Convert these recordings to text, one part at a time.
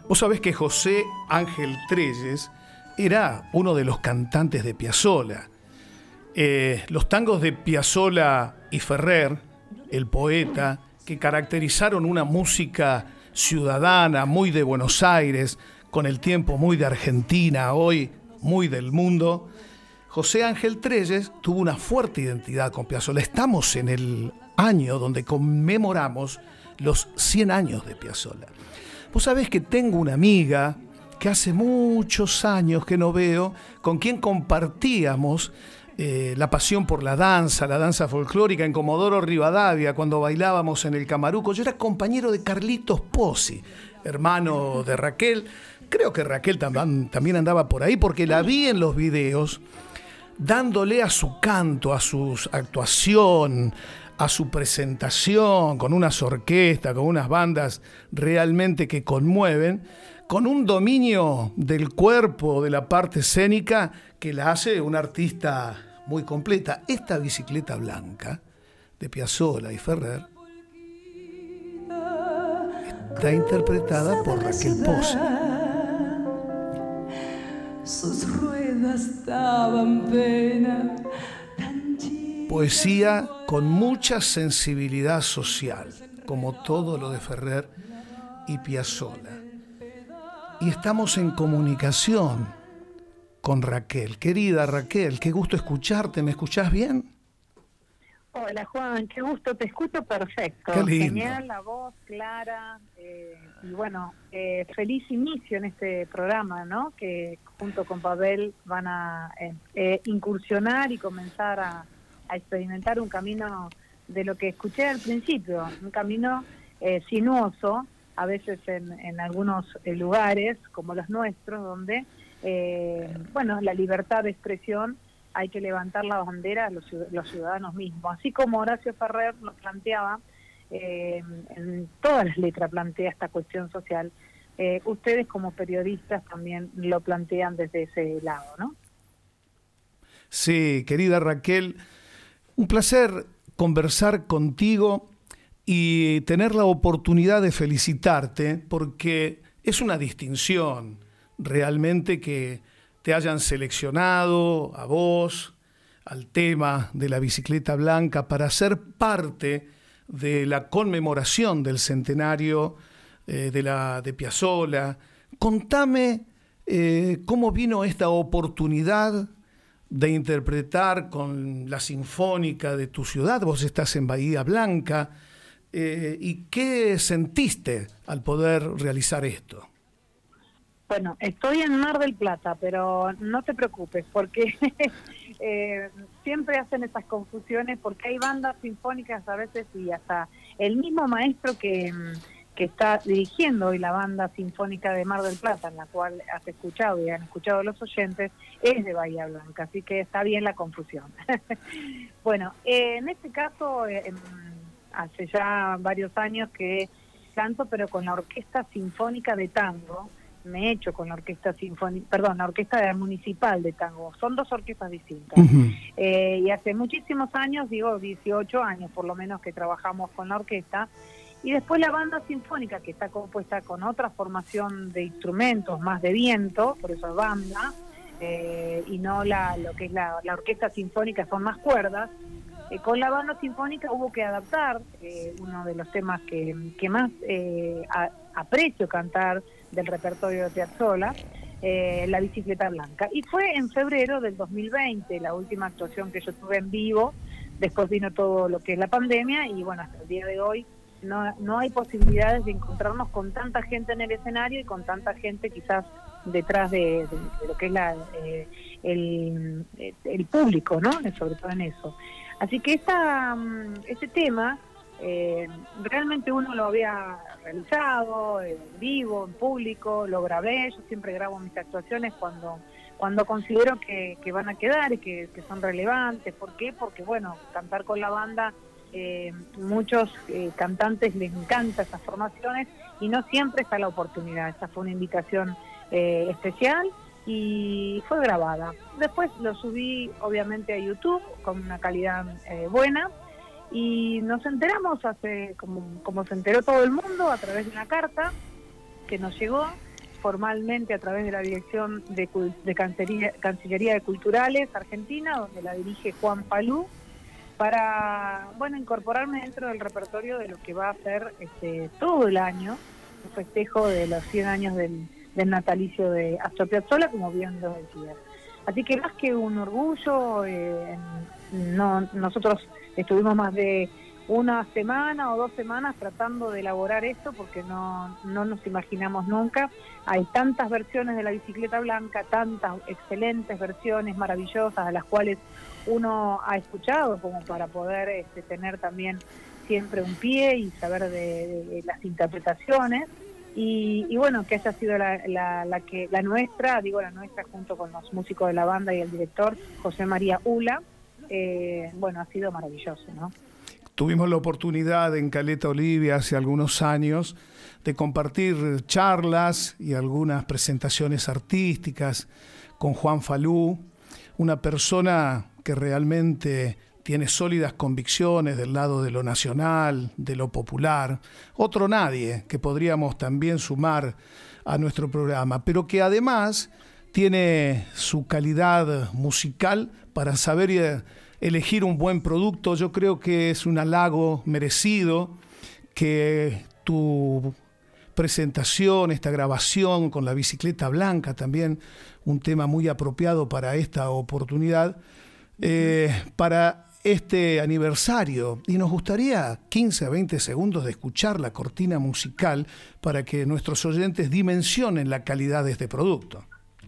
Vos sabés que José Ángel Trelles era uno de los cantantes de Piazzolla. Los tangos de Piazzolla y Ferrer, el poeta, que caracterizaron una música ciudadana, muy de Buenos Aires, con el tiempo muy de Argentina, hoy muy del mundo. José Ángel Trelles tuvo una fuerte identidad con Piazzolla. Estamos en el año donde conmemoramos los 100 años de Piazzolla. Vos sabés que tengo una amiga que hace muchos años que no veo, con quien compartíamos la pasión por la danza folclórica en Comodoro Rivadavia, cuando bailábamos en el Camaruco. Yo era compañero de Carlitos Pozzi, hermano de Raquel. Creo que Raquel también andaba por ahí, porque la vi en los videos dándole a su canto, a su actuación, a su presentación, con unas orquestas, con unas bandas realmente que conmueven, con un dominio del cuerpo, de la parte escénica, que la hace una artista muy completa. Esta bicicleta blanca de Piazzolla y Ferrer está interpretada por Raquel Pozzi. Sus ruedas daban pena. Poesía con mucha sensibilidad social, como todo lo de Ferrer y Piazzolla. Y estamos en comunicación con Raquel. Querida Raquel, qué gusto escucharte. ¿Me escuchás bien? Hola Juan, qué gusto, te escucho perfecto. Qué lindo. Genial, la voz clara, y bueno, feliz inicio en este programa, ¿no? Que junto con Pavel van a incursionar y comenzar a experimentar un camino de lo que escuché al principio, un camino sinuoso, a veces en algunos lugares como los nuestros, donde bueno, la libertad de expresión hay que levantar la bandera a los ciudadanos mismos, así como Horacio Ferrer nos planteaba, en todas las letras plantea esta cuestión social. Ustedes como periodistas también lo plantean desde ese lado, ¿no? Sí, querida Raquel, un placer conversar contigo y tener la oportunidad de felicitarte, porque es una distinción realmente que te hayan seleccionado a vos, al tema de la bicicleta blanca, para ser parte de la conmemoración del centenario de Piazzolla. Contame cómo vino esta oportunidad de interpretar con la Sinfónica de tu ciudad. Vos estás en Bahía Blanca. ¿Y qué sentiste al poder realizar esto? Bueno, estoy en Mar del Plata, pero no te preocupes, porque siempre hacen esas confusiones, porque hay bandas sinfónicas a veces y hasta el mismo maestro que está dirigiendo hoy la banda sinfónica de Mar del Plata, en la cual has escuchado y han escuchado los oyentes, es de Bahía Blanca, así que está bien la confusión. Bueno, en este caso, hace ya varios años que canto, pero con la Orquesta Sinfónica de Tango. Me he hecho con la Orquesta Sinfónica, perdón, la Orquesta Municipal de Tango. Son dos orquestas distintas. Uh-huh. Y hace muchísimos años, digo 18 años por lo menos, que trabajamos con la orquesta. Y después la banda sinfónica, que está compuesta con otra formación de instrumentos, más de viento, por eso es banda, y no lo que es la orquesta sinfónica, son más cuerdas. Con la banda sinfónica hubo que adaptar uno de los temas que más aprecio cantar del repertorio de Piazzolla, La Bicicleta Blanca. Y fue en febrero del 2020, la última actuación que yo tuve en vivo. Después vino todo lo que es la pandemia y bueno, hasta el día de hoy no hay posibilidades de encontrarnos con tanta gente en el escenario y con tanta gente quizás detrás de lo que es el público, ¿no? Sobre todo en eso. Así que ese tema realmente uno lo había realizado en vivo, en público, lo grabé. Yo siempre grabo mis actuaciones cuando considero que van a quedar y que son relevantes. ¿Por qué? Porque bueno, cantar con la banda, muchos cantantes les encanta esas formaciones y no siempre está la oportunidad. Esta fue una invitación especial y fue grabada. Después lo subí obviamente a YouTube con una calidad buena y nos enteramos hace como se enteró todo el mundo a través de una carta que nos llegó formalmente a través de la Dirección de Cancillería de Culturales Argentina, donde la dirige Juan Falú, para, bueno, incorporarme dentro del repertorio de lo que va a ser todo el año, un festejo de los 100 años del natalicio de Astor Piazzolla, como bien lo decía. Así que más que un orgullo, nosotros estuvimos más de una semana o 2 semanas tratando de elaborar esto, porque no nos imaginamos nunca. Hay tantas versiones de la bicicleta blanca, tantas excelentes versiones maravillosas a las cuales uno ha escuchado, como para poder tener también siempre un pie y saber de las interpretaciones. Y bueno, que haya sido la nuestra, digo la nuestra, junto con los músicos de la banda y el director José María Ula, bueno, ha sido maravilloso, ¿no? Tuvimos la oportunidad en Caleta Olivia hace algunos años de compartir charlas y algunas presentaciones artísticas con Juan Falú, una persona que realmente tiene sólidas convicciones del lado de lo nacional, de lo popular, otro nadie que podríamos también sumar a nuestro programa, pero que además tiene su calidad musical para saber elegir un buen producto. Yo creo que es un halago merecido que tu presentación, esta grabación con la bicicleta blanca, también un tema muy apropiado para esta oportunidad, para este aniversario, y nos gustaría 15 a 20 segundos de escuchar la cortina musical para que nuestros oyentes dimensionen la calidad de este producto.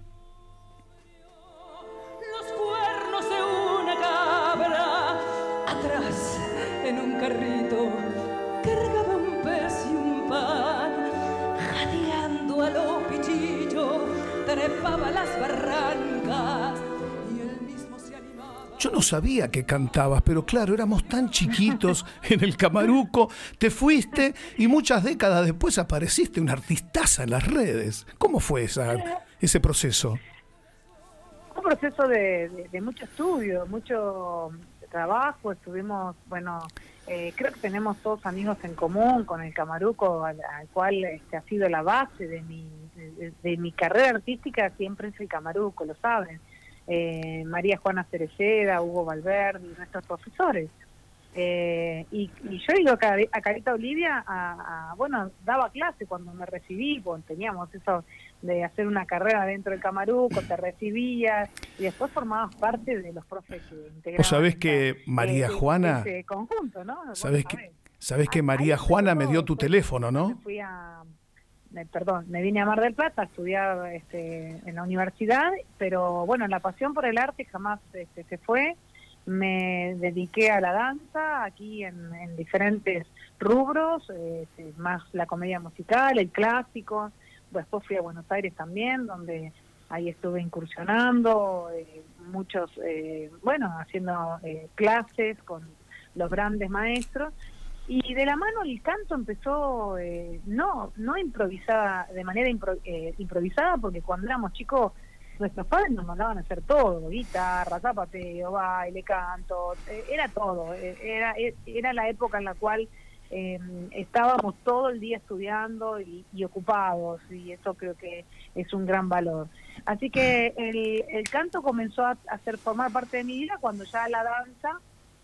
Los cuernos de una cabra, atrás en un carrito cargaba un pez y un pan, jadeando a lo pichillo trepaba las barrancas. Yo no sabía que cantabas, pero claro, éramos tan chiquitos en el Camaruco, te fuiste y muchas décadas después apareciste una artistaza en las redes. ¿Cómo fue ese proceso? Un proceso de mucho estudio, mucho trabajo. Estuvimos, bueno, creo que tenemos todos amigos en común con el Camaruco, al cual ha sido la base de mi carrera artística. Siempre es el Camaruco, lo saben. María Juana Cereceda, Hugo Valverde, nuestros profesores. Y yo he ido a Caleta Olivia bueno, daba clase cuando me recibí, porque teníamos eso de hacer una carrera dentro del Camaruco, te recibías y después formabas parte de los profes que integraban. Vos sabés que María Juana... Ese conjunto, ¿no? Sabés que María Juana me dio tu teléfono, ¿no? Me vine a Mar del Plata a estudiar en la universidad, pero bueno, la pasión por el arte jamás se fue. Me dediqué a la danza aquí en diferentes rubros, más la comedia musical, el clásico. Después fui a Buenos Aires también, donde ahí estuve incursionando, haciendo clases con los grandes maestros. Y de la mano el canto empezó, no improvisada, de manera improvisada, porque cuando éramos chicos nuestros padres nos mandaban a hacer todo: guitarra, zapateo, baile, canto, era todo. Era la época en la cual estábamos todo el día estudiando y ocupados, y eso creo que es un gran valor. Así que el canto comenzó a formar parte de mi vida cuando ya la danza...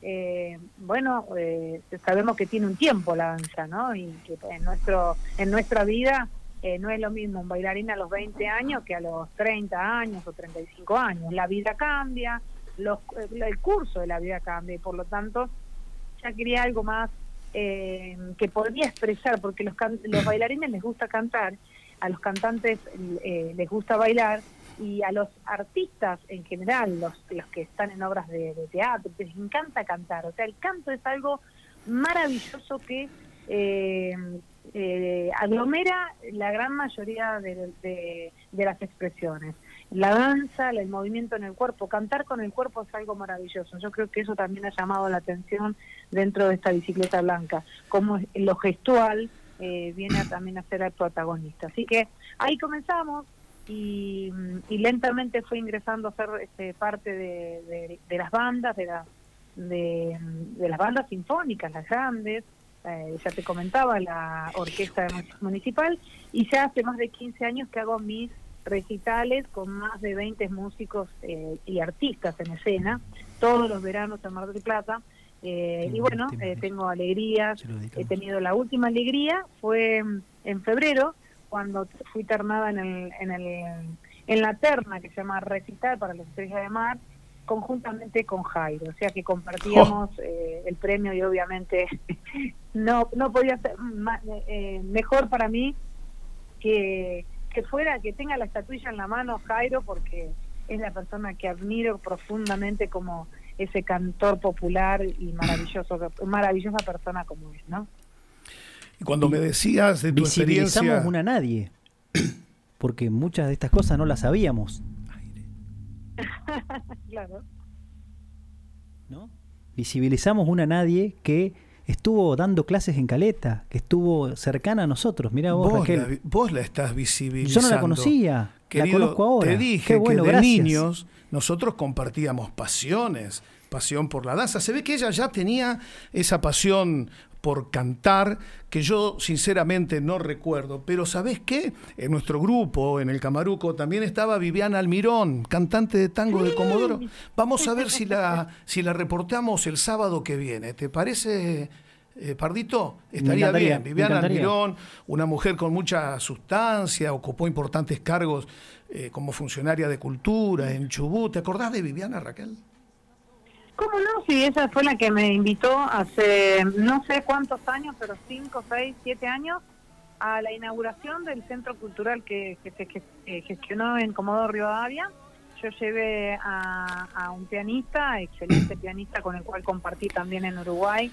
sabemos que tiene un tiempo la danza, ¿no? Y que en nuestra vida no es lo mismo un bailarín a los 20 años que a los 30 años o 35 años. La vida cambia, el curso de la vida cambia, y por lo tanto ya quería algo más que podía expresar, porque los bailarines les gusta cantar, a los cantantes les gusta bailar, y a los artistas en general, los que están en obras de teatro, les encanta cantar. O sea, el canto es algo maravilloso que aglomera la gran mayoría de las expresiones. La danza, el movimiento en el cuerpo, cantar con el cuerpo es algo maravilloso. Yo creo que eso también ha llamado la atención dentro de esta bicicleta blanca, como lo gestual viene también a ser el protagonista. Así que ahí comenzamos. Y lentamente fue ingresando a ser parte de las bandas, de las bandas sinfónicas, las grandes, ya te comentaba, la Orquesta Municipal, y ya hace más de 15 años que hago mis recitales con más de 20 músicos y artistas en escena, todos los veranos en Mar del Plata. Y bueno, tengo alegrías, he tenido la última alegría, fue en febrero, cuando fui ternada en la terna que se llama Recital para las Estrellas de Mar, conjuntamente con Jairo, o sea que compartíamos el premio, y obviamente no podía ser mejor para mí que tenga la estatuilla en la mano Jairo, porque es la persona que admiro profundamente como ese cantor popular y maravillosa persona como es, ¿no? Y cuando me decías de tu experiencia... Visibilizamos una nadie, porque muchas de estas cosas no las sabíamos. Claro. ¿No? Visibilizamos una nadie que estuvo dando clases en Caleta, que estuvo cercana a nosotros. Mirá vos, Raquel. Vos la estás visibilizando. Yo no la conocía, querido, la conozco ahora. Te dije Qué bueno, que de gracias. niños nosotros compartíamos pasión por la danza. Se ve que ella ya tenía esa pasión por cantar, que yo sinceramente no recuerdo, pero ¿sabés qué? En nuestro grupo, en el Camaruco, también estaba Viviana Almirón, cantante de tango de Comodoro. Vamos a ver si la reportamos el sábado que viene. ¿Te parece, Pardito? Estaría bien. Viviana Almirón, una mujer con mucha sustancia, ocupó importantes cargos como funcionaria de cultura en Chubut. ¿Te acordás de Viviana, Raquel? ¿Cómo no? Sí, esa fue la que me invitó hace no sé cuántos años, pero 5, 6, 7 años, a la inauguración del centro cultural que se gestionó en Comodoro Rivadavia. Yo llevé a un pianista, excelente pianista, con el cual compartí también en Uruguay.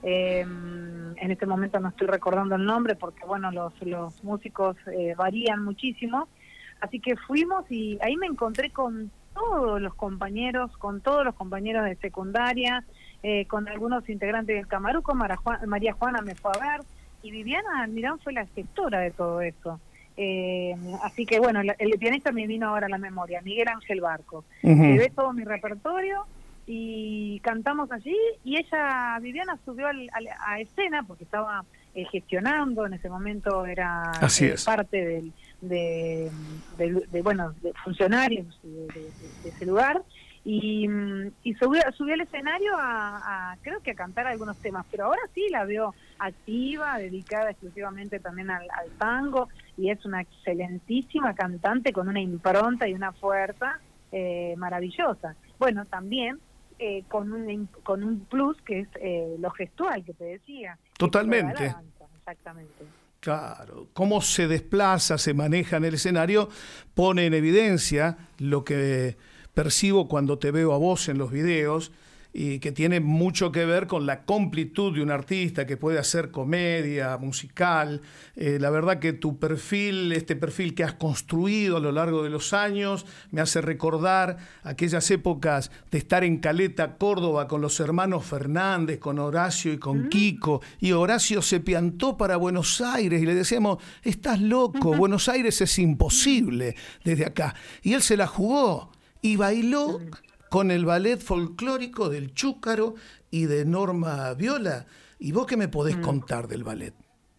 En este momento no estoy recordando el nombre porque, bueno, los músicos varían muchísimo. Así que fuimos y ahí me encontré con todos los compañeros de secundaria, con algunos integrantes del Camaruco. María Juana me fue a ver, y Viviana Almirón fue la gestora de todo eso. Así que bueno, el pianista me vino ahora a la memoria, Miguel Ángel Barco. Llevé todo mi repertorio y cantamos allí, y Viviana subió a escena porque estaba gestionando, en ese momento era parte de funcionarios de ese lugar, y subió al escenario creo que a cantar algunos temas, pero ahora sí la veo activa, dedicada exclusivamente también al tango, y es una excelentísima cantante con una impronta y una fuerza maravillosa. Bueno, también con un plus que es lo gestual que te decía. Totalmente. Danza, exactamente. Claro, cómo se desplaza, se maneja en el escenario, pone en evidencia lo que percibo cuando te veo a vos en los videos, y que tiene mucho que ver con la completud de un artista que puede hacer comedia, musical. La verdad que tu perfil, este perfil que has construido a lo largo de los años, me hace recordar aquellas épocas de estar en Caleta, Córdoba, con los hermanos Fernández, con Horacio y con Kiko, y Horacio se piantó para Buenos Aires y le decíamos, estás loco, Buenos Aires es imposible desde acá. Y él se la jugó y bailó con el ballet folclórico del Chúcaro y de Norma Viola. ¿Y vos qué me podés contar del ballet?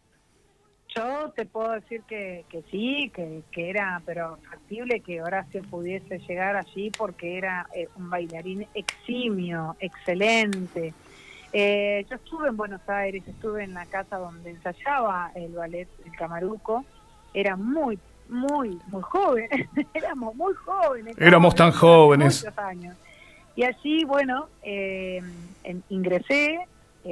Yo te puedo decir que sí, que era pero factible que Horacio pudiese llegar allí, porque era un bailarín eximio, excelente. Yo estuve en Buenos Aires, estuve en la casa donde ensayaba el ballet, el Camaruco. Era muy joven, éramos muy jóvenes. Éramos tan jóvenes. Muchos años. Y allí, bueno, ingresé,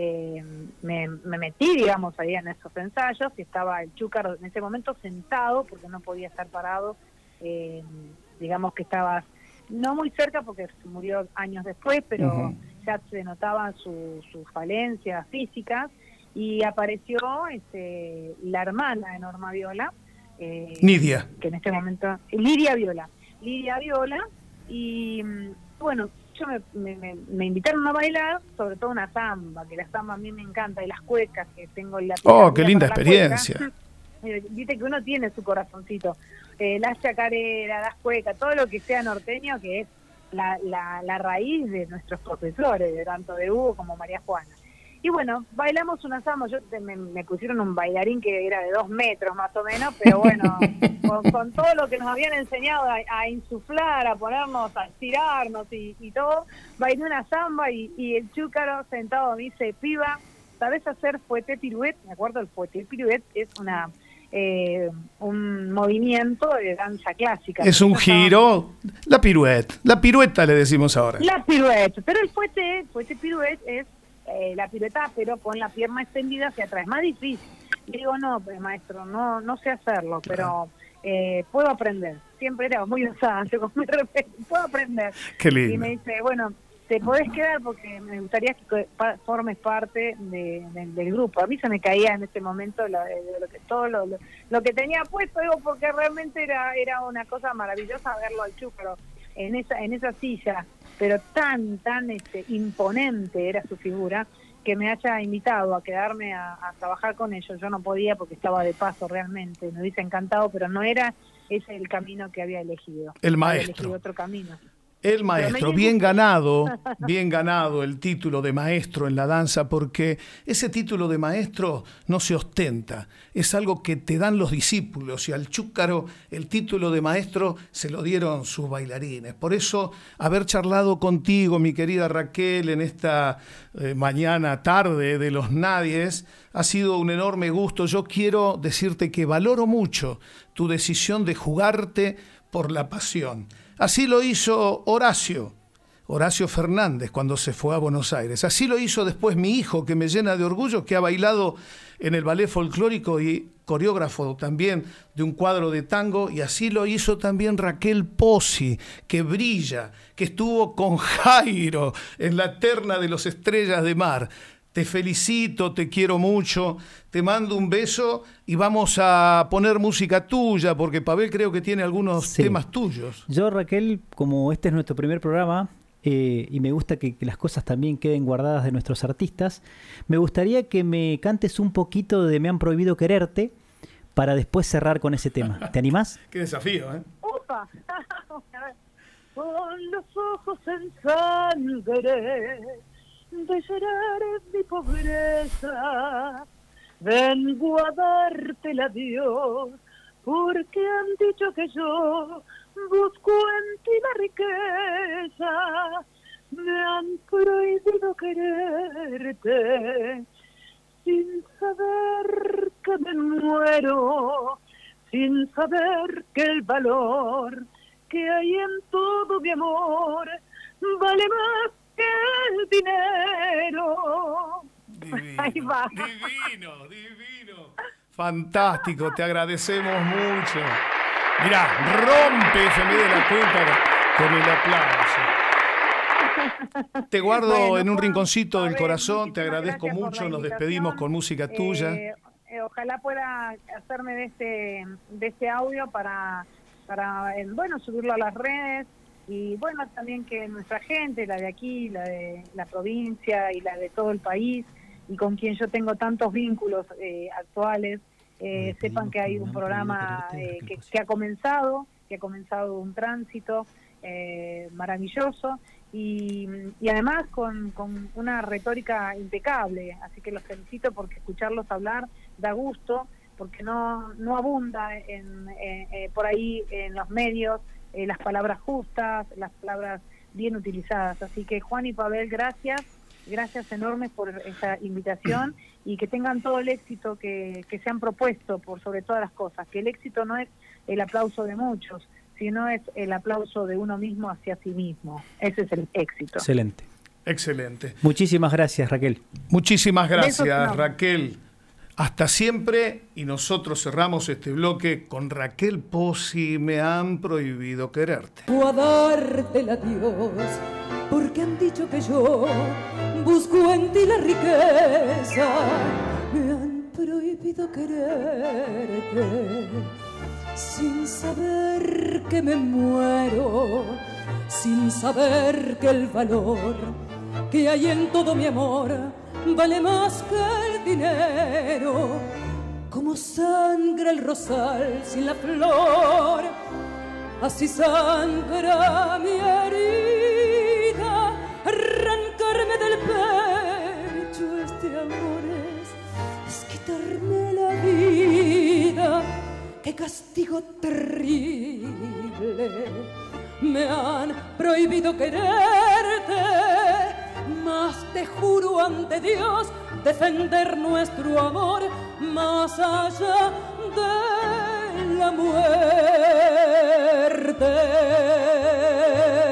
me metí, digamos, ahí en esos ensayos, y estaba el Chúcaro en ese momento sentado, porque no podía estar parado, digamos que estaba no muy cerca, porque se murió años después, pero ya se notaban sus falencias físicas, y apareció la hermana de Norma Viola, Nidia, que en este momento Lidia Viola, y bueno, yo me invitaron a bailar, sobre todo una samba, que la samba a mí me encanta, y las cuecas, que tengo la qué linda experiencia. Viste que uno tiene su corazoncito, las chacareras, las cuecas, todo lo que sea norteño, que es la raíz de nuestros profesores, tanto de Hugo como María Juana. Y bueno, bailamos una samba. Me pusieron un bailarín que era de 2 metros más o menos, pero bueno, con todo lo que nos habían enseñado a insuflar, a ponernos, a estirarnos y todo, bailé una samba y el chúcaro sentado me dice, piba, ¿sabés hacer fouetté pirouette? Me acuerdo, el fouetté pirouette es un movimiento de danza clásica. Es un giro, la pirueta le decimos ahora. La pirouette, pero el fouetté pirouette es la pirueta, pero con la pierna extendida hacia atrás. Es más difícil. Y digo, no, pues, maestro, no sé hacerlo, pero puedo aprender. Siempre era muy usada, puedo aprender. Qué lindo. Y me dice, bueno, te podés quedar porque me gustaría que formes parte del grupo. A mí se me caía en ese momento todo lo que tenía puesto, digo, porque realmente era una cosa maravillosa verlo al chúcaro en esa silla, pero tan imponente era su figura, que me haya invitado a quedarme a trabajar con ellos. Yo no podía porque estaba de paso realmente, me hubiese encantado, pero no era ese el camino que había elegido. El maestro. Había elegido otro camino. El maestro, bien ganado el título de maestro en la danza, porque ese título de maestro no se ostenta, es algo que te dan los discípulos, y al chúcaro el título de maestro se lo dieron sus bailarines. Por eso, haber charlado contigo, mi querida Raquel, en esta tarde de los nadies, ha sido un enorme gusto. Yo quiero decirte que valoro mucho tu decisión de jugarte por la pasión. Así lo hizo Horacio Fernández cuando se fue a Buenos Aires. Así lo hizo después mi hijo, que me llena de orgullo, que ha bailado en el ballet folclórico y coreógrafo también de un cuadro de tango. Y así lo hizo también Raquel Pozzi, que brilla, que estuvo con Jairo en la terna de los Estrellas de Mar. Te felicito, te quiero mucho, te mando un beso y vamos a poner música tuya, porque Pavel creo que tiene algunos temas tuyos. Yo, Raquel, como este es nuestro primer programa y me gusta que las cosas también queden guardadas de nuestros artistas, me gustaría que me cantes un poquito de Me han prohibido quererte para después cerrar con ese tema. ¿Te animás? Qué desafío, ¿eh? ¡Opa! Con los ojos en sangre de llorar mi pobreza, vengo a darte el adiós, porque han dicho que yo busco en ti la riqueza, me han prohibido quererte, sin saber que me muero, sin saber que el valor que hay en todo mi amor vale más el dinero. Divino, Ahí va. divino. Fantástico, te agradecemos mucho. Mirá, rompe, se me de la cuenta con el aplauso. Te guardo en un rinconcito del corazón, te agradezco mucho, nos despedimos con música tuya. Ojalá pueda hacerme de este audio para subirlo a las redes. Y bueno, también que nuestra gente, la de aquí, la de la provincia y la de todo el país, y con quien yo tengo tantos vínculos actuales, sepan que hay un programa que ha comenzado un tránsito maravilloso y además con una retórica impecable. Así que los felicito porque escucharlos hablar da gusto, porque no abunda por ahí en los medios las palabras justas, las palabras bien utilizadas. Así que Juan y Pavel, gracias enormes por esta invitación y que tengan todo el éxito que se han propuesto por sobre todas las cosas, que el éxito no es el aplauso de muchos, sino es el aplauso de uno mismo hacia sí mismo. Ese es el éxito. Excelente. Muchísimas gracias, Raquel. Muchísimas gracias, Raquel. Hasta siempre, y nosotros cerramos este bloque con Raquel Pozzi, Me han prohibido quererte. O a darte el adiós, porque han dicho que yo busco en ti la riqueza. Me han prohibido quererte, sin saber que me muero, sin saber que el valor que hay en todo mi amor vale más que el dinero. Como sangra el rosal sin la flor, así sangra mi herida. Arrancarme del pecho este castigo terrible. Me han prohibido quererte, mas te juro ante Dios defender nuestro amor más allá de la muerte.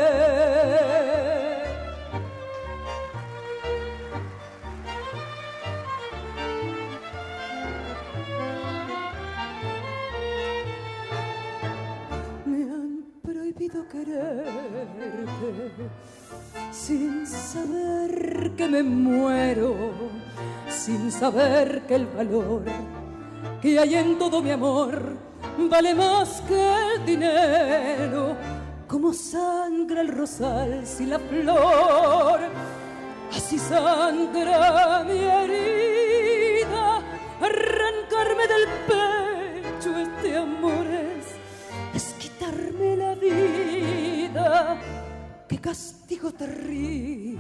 Quererte sin saber que me muero, sin saber que el valor que hay en todo mi amor vale más que el dinero. Como sangra el rosal sin la flor, así sangra mi herida. Arrancarme del pecho este amor es quitarme la vida. Qué castigo terrible.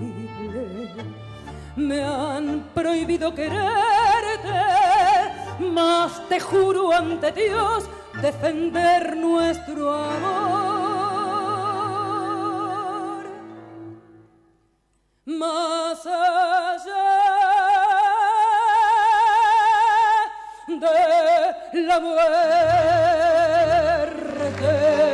Me han prohibido quererte, mas te juro ante Dios defender nuestro amor más allá de la muerte.